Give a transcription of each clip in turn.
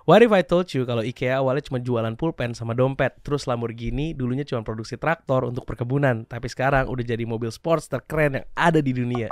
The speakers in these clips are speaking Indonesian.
What if I told you kalau IKEA awalnya cuma jualan pulpen sama dompet, terus Lamborghini dulunya cuma produksi traktor untuk perkebunan, tapi sekarang udah jadi mobil sports terkeren yang ada di dunia.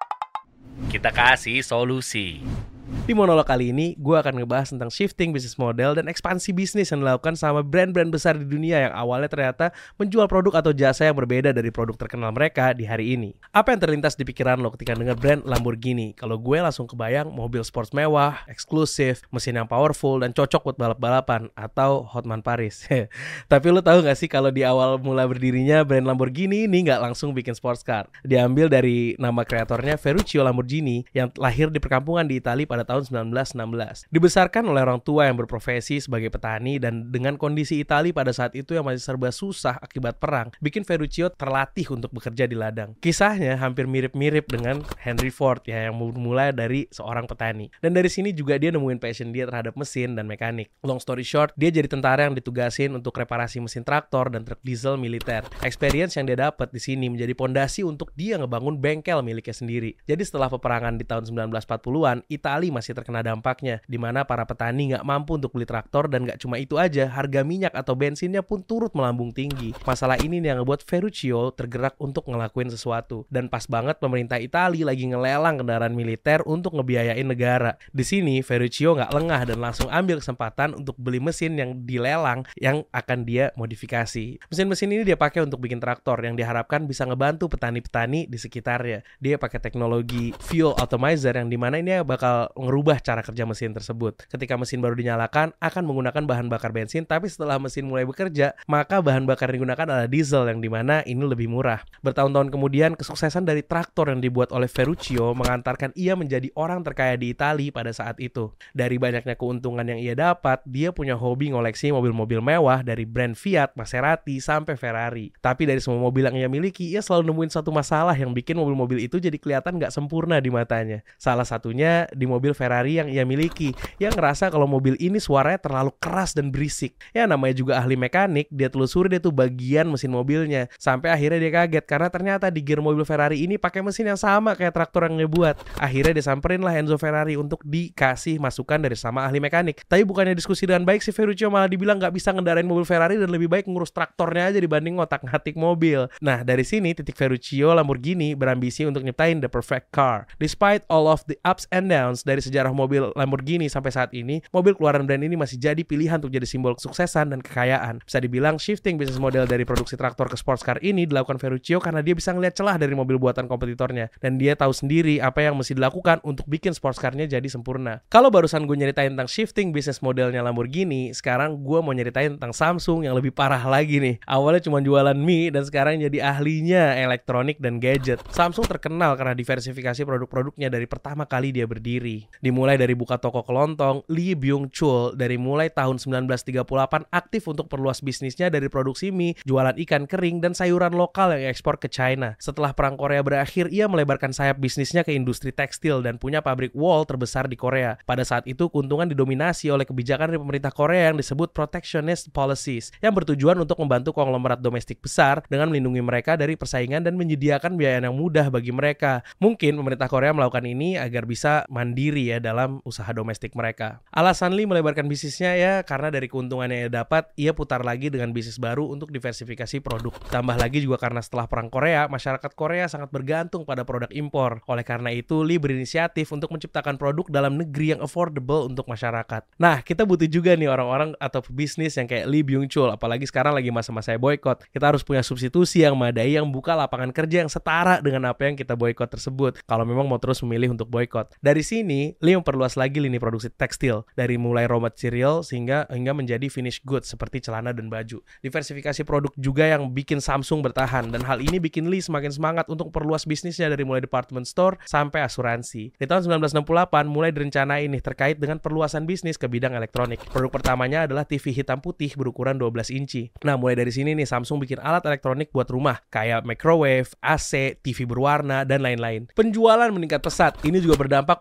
Kita kasih solusi. Di monolog kali ini, gue akan ngebahas tentang shifting business model dan ekspansi bisnis yang dilakukan sama brand-brand besar di dunia yang awalnya ternyata menjual produk atau jasa yang berbeda dari produk terkenal mereka di hari ini. Apa yang terlintas di pikiran lo ketika denger brand Lamborghini? Kalau gue langsung kebayang mobil sports mewah, eksklusif, mesin yang powerful, dan cocok buat balap-balapan, atau Hotman Paris. Tapi lo tahu gak sih kalau di awal mula berdirinya brand Lamborghini ini gak langsung bikin sports car. Diambil dari nama kreatornya Ferruccio Lamborghini yang lahir di perkampungan di Italia pada tahun 1916. Dibesarkan oleh orang tua yang berprofesi sebagai petani dan dengan kondisi Italia pada saat itu yang masih serba susah akibat perang, bikin Ferruccio terlatih untuk bekerja di ladang. Kisahnya hampir mirip-mirip dengan Henry Ford ya, yang mulai dari seorang petani. Dan dari sini juga dia nemuin passion dia terhadap mesin dan mekanik. Long story short, dia jadi tentara yang ditugasin untuk reparasi mesin traktor dan truk diesel militer. Experience yang dia dapat di sini menjadi pondasi untuk dia ngebangun bengkel miliknya sendiri. Jadi setelah peperangan di tahun 1940-an, Italia masih terkena dampaknya, di mana para petani nggak mampu untuk beli traktor dan nggak cuma itu aja, harga minyak atau bensinnya pun turut melambung tinggi. Masalah ini nih yang ngebuat Ferruccio tergerak untuk ngelakuin sesuatu. Dan pas banget pemerintah Italia lagi ngelelang kendaraan militer untuk ngebiayain negara. Di sini Ferruccio nggak lengah dan langsung ambil kesempatan untuk beli mesin yang dilelang yang akan dia modifikasi. Mesin-mesin ini dia pakai untuk bikin traktor yang diharapkan bisa ngebantu petani-petani di sekitarnya. Dia pakai teknologi fuel atomizer yang dimana ini bakal ngerubah cara kerja mesin tersebut. Ketika mesin baru dinyalakan, akan menggunakan bahan bakar bensin, tapi setelah mesin mulai bekerja, maka bahan bakar yang digunakan adalah diesel yang dimana ini lebih murah. Bertahun-tahun kemudian, kesuksesan dari traktor yang dibuat oleh Ferruccio mengantarkan ia menjadi orang terkaya di Italia pada saat itu. Dari banyaknya keuntungan yang ia dapat, dia punya hobi ngoleksi mobil-mobil mewah dari brand Fiat, Maserati, sampai Ferrari. Tapi dari semua mobil yang ia miliki, ia selalu nemuin satu masalah yang bikin mobil-mobil itu jadi kelihatan nggak sempurna di matanya. Salah satunya di mobil Ferrari yang ia miliki, yang ngerasa kalau mobil ini suaranya terlalu keras dan berisik. Ya namanya juga ahli mekanik, dia telusuri deh tuh bagian mesin mobilnya. Sampai akhirnya dia kaget karena ternyata di gear mobil Ferrari ini pakai mesin yang sama kayak traktor yang dia buat. Akhirnya dia samperin lah Enzo Ferrari untuk dikasih masukan dari sama ahli mekanik. Tapi bukannya diskusi dengan baik, si Ferruccio malah dibilang gak bisa ngendarain mobil Ferrari dan lebih baik ngurus traktornya aja dibanding ngotak-ngatik mobil. Nah dari sini titik Ferruccio Lamborghini berambisi untuk nyiptain the perfect car. Despite all of the ups and downs dari sejarah mobil Lamborghini sampai saat ini, mobil keluaran brand ini masih jadi pilihan untuk jadi simbol kesuksesan dan kekayaan. Bisa dibilang shifting bisnis model dari produksi traktor ke sports car ini dilakukan Ferruccio karena dia bisa ngeliat celah dari mobil buatan kompetitornya dan dia tahu sendiri apa yang mesti dilakukan untuk bikin sports car-nya jadi sempurna. Kalau barusan gue nyeritain tentang shifting bisnis modelnya Lamborghini, sekarang gue mau nyeritain tentang Samsung yang lebih parah lagi nih. Awalnya cuma jualan mie dan sekarang jadi ahlinya elektronik dan gadget. Samsung terkenal karena diversifikasi produk-produknya dari pertama kali dia berdiri. Dimulai dari buka toko kelontong, Lee Byung-chul dari mulai tahun 1938 aktif untuk perluas bisnisnya dari produksi mie, jualan ikan kering, dan sayuran lokal yang ekspor ke China. Setelah Perang Korea berakhir, ia melebarkan sayap bisnisnya ke industri tekstil dan punya pabrik wool terbesar di Korea. Pada saat itu, keuntungan didominasi oleh kebijakan dari pemerintah Korea yang disebut protectionist policies, yang bertujuan untuk membantu konglomerat domestik besar dengan melindungi mereka dari persaingan dan menyediakan biaya yang mudah bagi mereka. Mungkin pemerintah Korea melakukan ini agar bisa mandiri ya dalam usaha domestik mereka. Alasan Lee melebarkan bisnisnya ya karena dari keuntungan yang ia dapat, ia putar lagi dengan bisnis baru untuk diversifikasi produk. Tambah lagi juga karena setelah Perang Korea, masyarakat Korea sangat bergantung pada produk impor. Oleh karena itu, Lee berinisiatif untuk menciptakan produk dalam negeri yang affordable untuk masyarakat. Nah, kita butuh juga nih orang-orang atau pebisnis yang kayak Lee Byung-chul, apalagi sekarang lagi masa-masa boykot. Kita harus punya substitusi yang memadai yang buka lapangan kerja yang setara dengan apa yang kita boykot tersebut. Kalau memang mau terus memilih untuk boykot. Dari sini, Lee memperluas lagi lini produksi tekstil dari mulai raw material hingga menjadi finished goods seperti celana dan baju. Diversifikasi produk juga yang bikin Samsung bertahan dan hal ini bikin Lee semakin semangat untuk perluas bisnisnya dari mulai department store sampai asuransi. Di tahun 1968 mulai direncanain nih terkait dengan perluasan bisnis ke bidang elektronik. Produk pertamanya adalah TV hitam putih berukuran 12 inci. Nah, mulai dari sini nih Samsung bikin alat elektronik buat rumah kayak microwave, AC, TV berwarna dan lain-lain. Penjualan meningkat pesat. Ini juga berdampak pada supply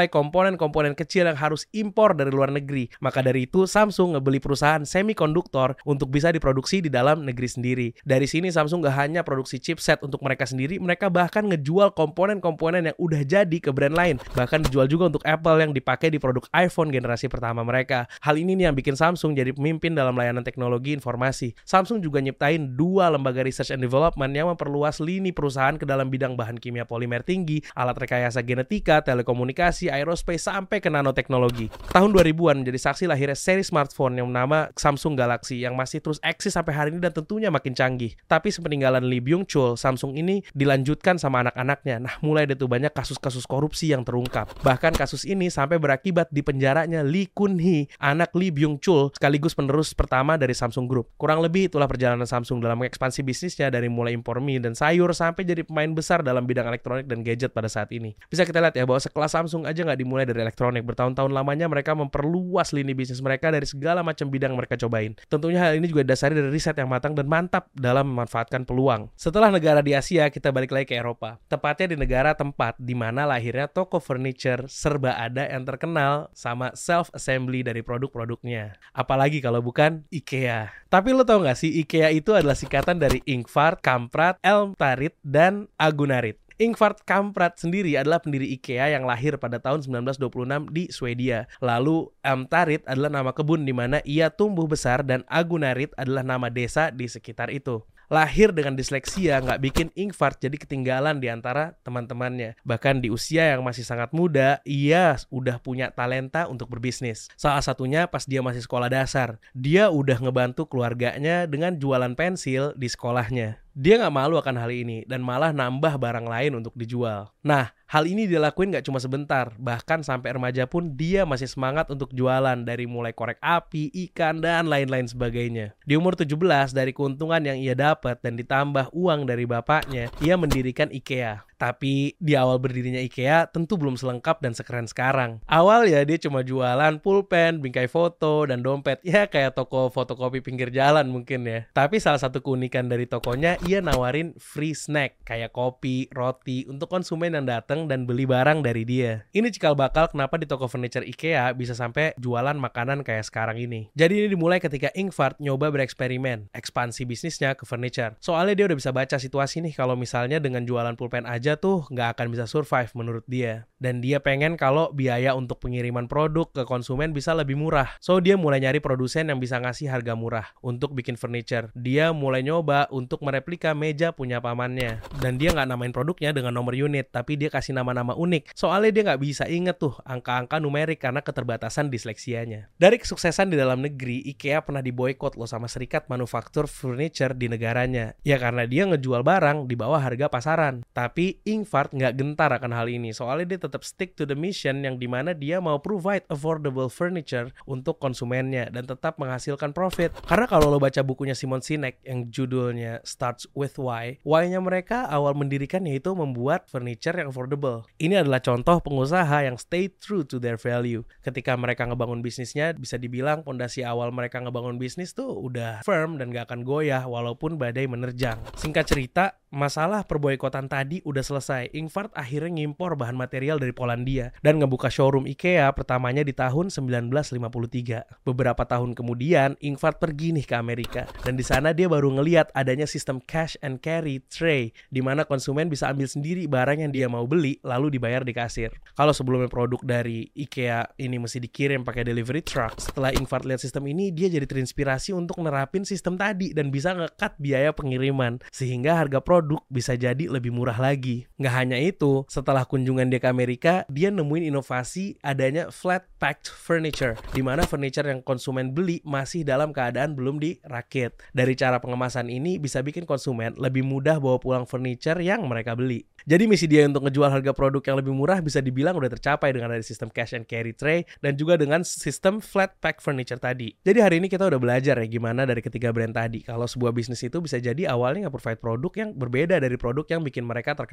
menyuplai komponen-komponen kecil yang harus impor dari luar negeri. Maka dari itu Samsung ngebeli perusahaan semikonduktor untuk bisa diproduksi di dalam negeri sendiri. Dari sini Samsung gak hanya produksi chipset untuk mereka sendiri, mereka bahkan ngejual komponen-komponen yang udah jadi ke brand lain. Bahkan dijual juga untuk Apple yang dipakai di produk iPhone generasi pertama mereka. Hal ini nih yang bikin Samsung jadi pemimpin dalam layanan teknologi informasi. Samsung juga nyiptain 2 lembaga research and development yang memperluas lini perusahaan ke dalam bidang bahan kimia polimer tinggi, alat rekayasa genetika, telekomunikasi, aerospace, sampai ke nanoteknologi. Tahun 2000-an menjadi saksi lahirnya seri smartphone yang bernama Samsung Galaxy yang masih terus eksis sampai hari ini dan tentunya makin canggih. Tapi sepeninggalan Lee Byung-chul, Samsung ini dilanjutkan sama anak-anaknya. Nah, mulai ada tuh banyak kasus-kasus korupsi yang terungkap. Bahkan kasus ini sampai berakibat di penjaranya Lee Kun-hee, anak Lee Byung-chul, sekaligus penerus pertama dari Samsung Group. Kurang lebih itulah perjalanan Samsung dalam mengekspansi bisnisnya dari mulai impor mie dan sayur sampai jadi pemain besar dalam bidang elektronik dan gadget pada saat ini. Bisa kita lihat ya bahwa sekelas Samsung aja nggak dimulai dari elektronik. Bertahun-tahun lamanya mereka memperluas lini bisnis mereka dari segala macam bidang mereka cobain. Tentunya hal ini juga didasari dari riset yang matang dan mantap dalam memanfaatkan peluang. Setelah negara di Asia, kita balik lagi ke Eropa. Tepatnya di negara tempat di mana lahirnya toko furniture serba ada yang terkenal sama self-assembly dari produk-produknya. Apalagi kalau bukan IKEA. Tapi lo tau gak sih, IKEA itu adalah singkatan dari Ingvar Kamprad, Elmtarit, dan Agunarit. Ingvar Kamprad sendiri adalah pendiri IKEA yang lahir pada tahun 1926 di Swedia. Lalu Elmtarit adalah nama kebun di mana ia tumbuh besar dan Agunarit adalah nama desa di sekitar itu. Lahir dengan disleksia nggak bikin Ingvar jadi ketinggalan di antara teman-temannya. Bahkan di usia yang masih sangat muda, ia udah punya talenta untuk berbisnis. Salah satunya pas dia masih sekolah dasar. Dia udah ngebantu keluarganya dengan jualan pensil di sekolahnya. Dia nggak malu akan hal ini dan malah nambah barang lain untuk dijual. Nah, hal ini dia lakuin nggak cuma sebentar, bahkan sampai remaja pun dia masih semangat untuk jualan dari mulai korek api, ikan, dan lain-lain sebagainya. Di umur 17, dari keuntungan yang ia dapat dan ditambah uang dari bapaknya, ia mendirikan IKEA. Tapi di awal berdirinya IKEA tentu belum selengkap dan sekeren sekarang. Awal ya dia cuma jualan pulpen, bingkai foto, dan dompet. Ya kayak toko fotokopi pinggir jalan mungkin ya. Tapi salah satu keunikan dari tokonya, ia nawarin free snack kayak kopi, roti untuk konsumen yang datang dan beli barang dari dia. Ini cikal bakal kenapa di toko furniture IKEA bisa sampai jualan makanan kayak sekarang ini. Jadi ini dimulai ketika Ingvar nyoba bereksperimen, ekspansi bisnisnya ke furniture. Soalnya dia udah bisa baca situasi nih kalau misalnya dengan jualan pulpen aja tuh nggak akan bisa survive menurut dia. Dan dia pengen kalau biaya untuk pengiriman produk ke konsumen bisa lebih murah. So dia mulai nyari produsen yang bisa ngasih harga murah untuk bikin furniture. Dia mulai nyoba untuk mereplika meja punya pamannya. Dan dia nggak namain produknya dengan nomor unit, tapi dia kasih nama-nama unik. Soalnya dia nggak bisa inget tuh angka-angka numerik karena keterbatasan disleksianya. Dari kesuksesan di dalam negeri, IKEA pernah diboykot loh sama serikat manufaktur furniture di negaranya. Ya karena dia ngejual barang di bawah harga pasaran. Tapi Ingvar nggak gentar akan hal ini, soalnya dia tetap stick to the mission yang dimana dia mau provide affordable furniture untuk konsumennya dan tetap menghasilkan profit. Karena kalau lo baca bukunya Simon Sinek yang judulnya Starts with Why, why-nya mereka awal mendirikan yaitu membuat furniture yang affordable. Ini adalah contoh pengusaha yang stay true to their value. Ketika mereka ngebangun bisnisnya, bisa dibilang pondasi awal mereka ngebangun bisnis tuh udah firm dan gak akan goyah walaupun badai menerjang. Singkat cerita, masalah perboykotan tadi udah selesai. Ingvar akhirnya ngimpor bahan material dari Polandia dan ngebuka showroom IKEA pertamanya di tahun 1953. Beberapa tahun kemudian, Ingvar pergi nih ke Amerika dan di sana dia baru ngeliat adanya sistem cash and carry tray di mana konsumen bisa ambil sendiri barang yang dia mau beli lalu dibayar di kasir. Kalau sebelumnya produk dari IKEA ini mesti dikirim pakai delivery truck, setelah Ingvar lihat sistem ini dia jadi terinspirasi untuk nerapin sistem tadi dan bisa nge-cut biaya pengiriman sehingga harga produk bisa jadi lebih murah lagi. Nggak hanya itu, setelah kunjungan dia ke Amerika, dia nemuin inovasi adanya flat packed furniture, di mana furniture yang konsumen beli masih dalam keadaan belum dirakit. Dari cara pengemasan ini bisa bikin konsumen lebih mudah bawa pulang furniture yang mereka beli. Jadi misi dia untuk ngejual harga produk yang lebih murah bisa dibilang udah tercapai dengan ada sistem cash and carry tray dan juga dengan sistem flat pack furniture tadi. Jadi hari ini kita udah belajar ya gimana dari ketiga brand tadi kalau sebuah bisnis itu bisa jadi awalnya nge-provide produk yang berbeda dari produk yang bikin mereka terkenal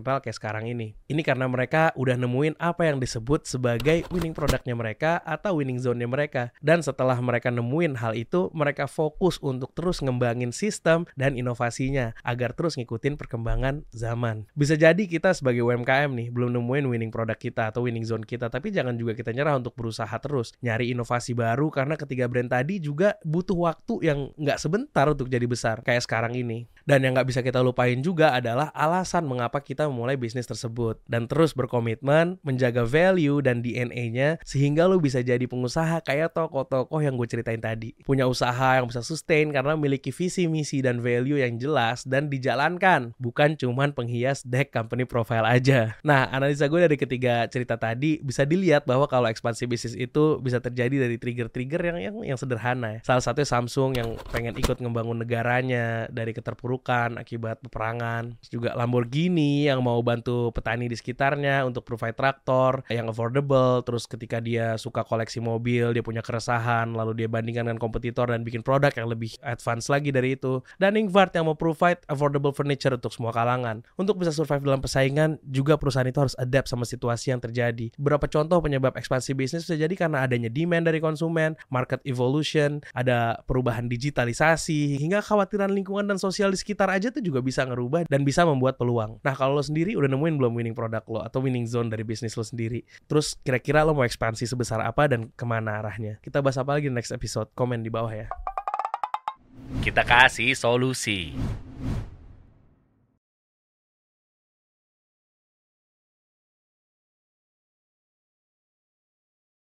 nempel kayak sekarang ini. Ini karena mereka udah nemuin apa yang disebut sebagai winning produknya mereka atau winning zone-nya mereka. Dan setelah mereka nemuin hal itu, mereka fokus untuk terus ngembangin sistem dan inovasinya agar terus ngikutin perkembangan zaman. Bisa jadi kita sebagai UMKM nih belum nemuin winning product kita atau winning zone kita, tapi jangan juga kita nyerah untuk berusaha terus nyari inovasi baru, karena ketiga brand tadi juga butuh waktu yang nggak sebentar untuk jadi besar kayak sekarang ini. Dan yang nggak bisa kita lupain juga adalah alasan mengapa kita memulai bisnis tersebut, dan terus berkomitmen menjaga value dan DNA-nya sehingga lo bisa jadi pengusaha kayak tokoh-tokoh yang gue ceritain tadi. Punya usaha yang bisa sustain karena memiliki visi, misi, dan value yang jelas dan dijalankan, bukan cuman penghias deck company profile aja. Nah, analisa gue dari ketiga cerita tadi bisa dilihat bahwa kalau ekspansi bisnis itu bisa terjadi dari trigger-trigger yang sederhana ya. Salah satunya Samsung yang pengen ikut ngebangun negaranya dari keterpurukan akibat peperangan. Juga Lamborghini yang mau bantu petani di sekitarnya untuk provide traktor yang affordable. Terus ketika dia suka koleksi mobil, dia punya keresahan, lalu dia bandingkan dengan kompetitor dan bikin produk yang lebih advance lagi dari itu. Dan Ingvard yang mau provide affordable furniture untuk semua kalangan. Untuk bisa survive dalam persaingan, juga perusahaan itu harus adapt sama situasi yang terjadi. Beberapa contoh penyebab ekspansi bisnis bisa jadi karena adanya demand dari konsumen, market evolution, ada perubahan digitalisasi, hingga kekhawatiran lingkungan dan sosial di sekitar aja tuh juga bisa ngerubah dan bisa membuat peluang. Nah, kalau lo sendiri udah nemuin belum winning product lo atau winning zone dari bisnis lo sendiri? Terus kira-kira lo mau ekspansi sebesar apa dan kemana arahnya? Kita bahas apa lagi di next episode? Komen di bawah ya. Kita kasih solusi.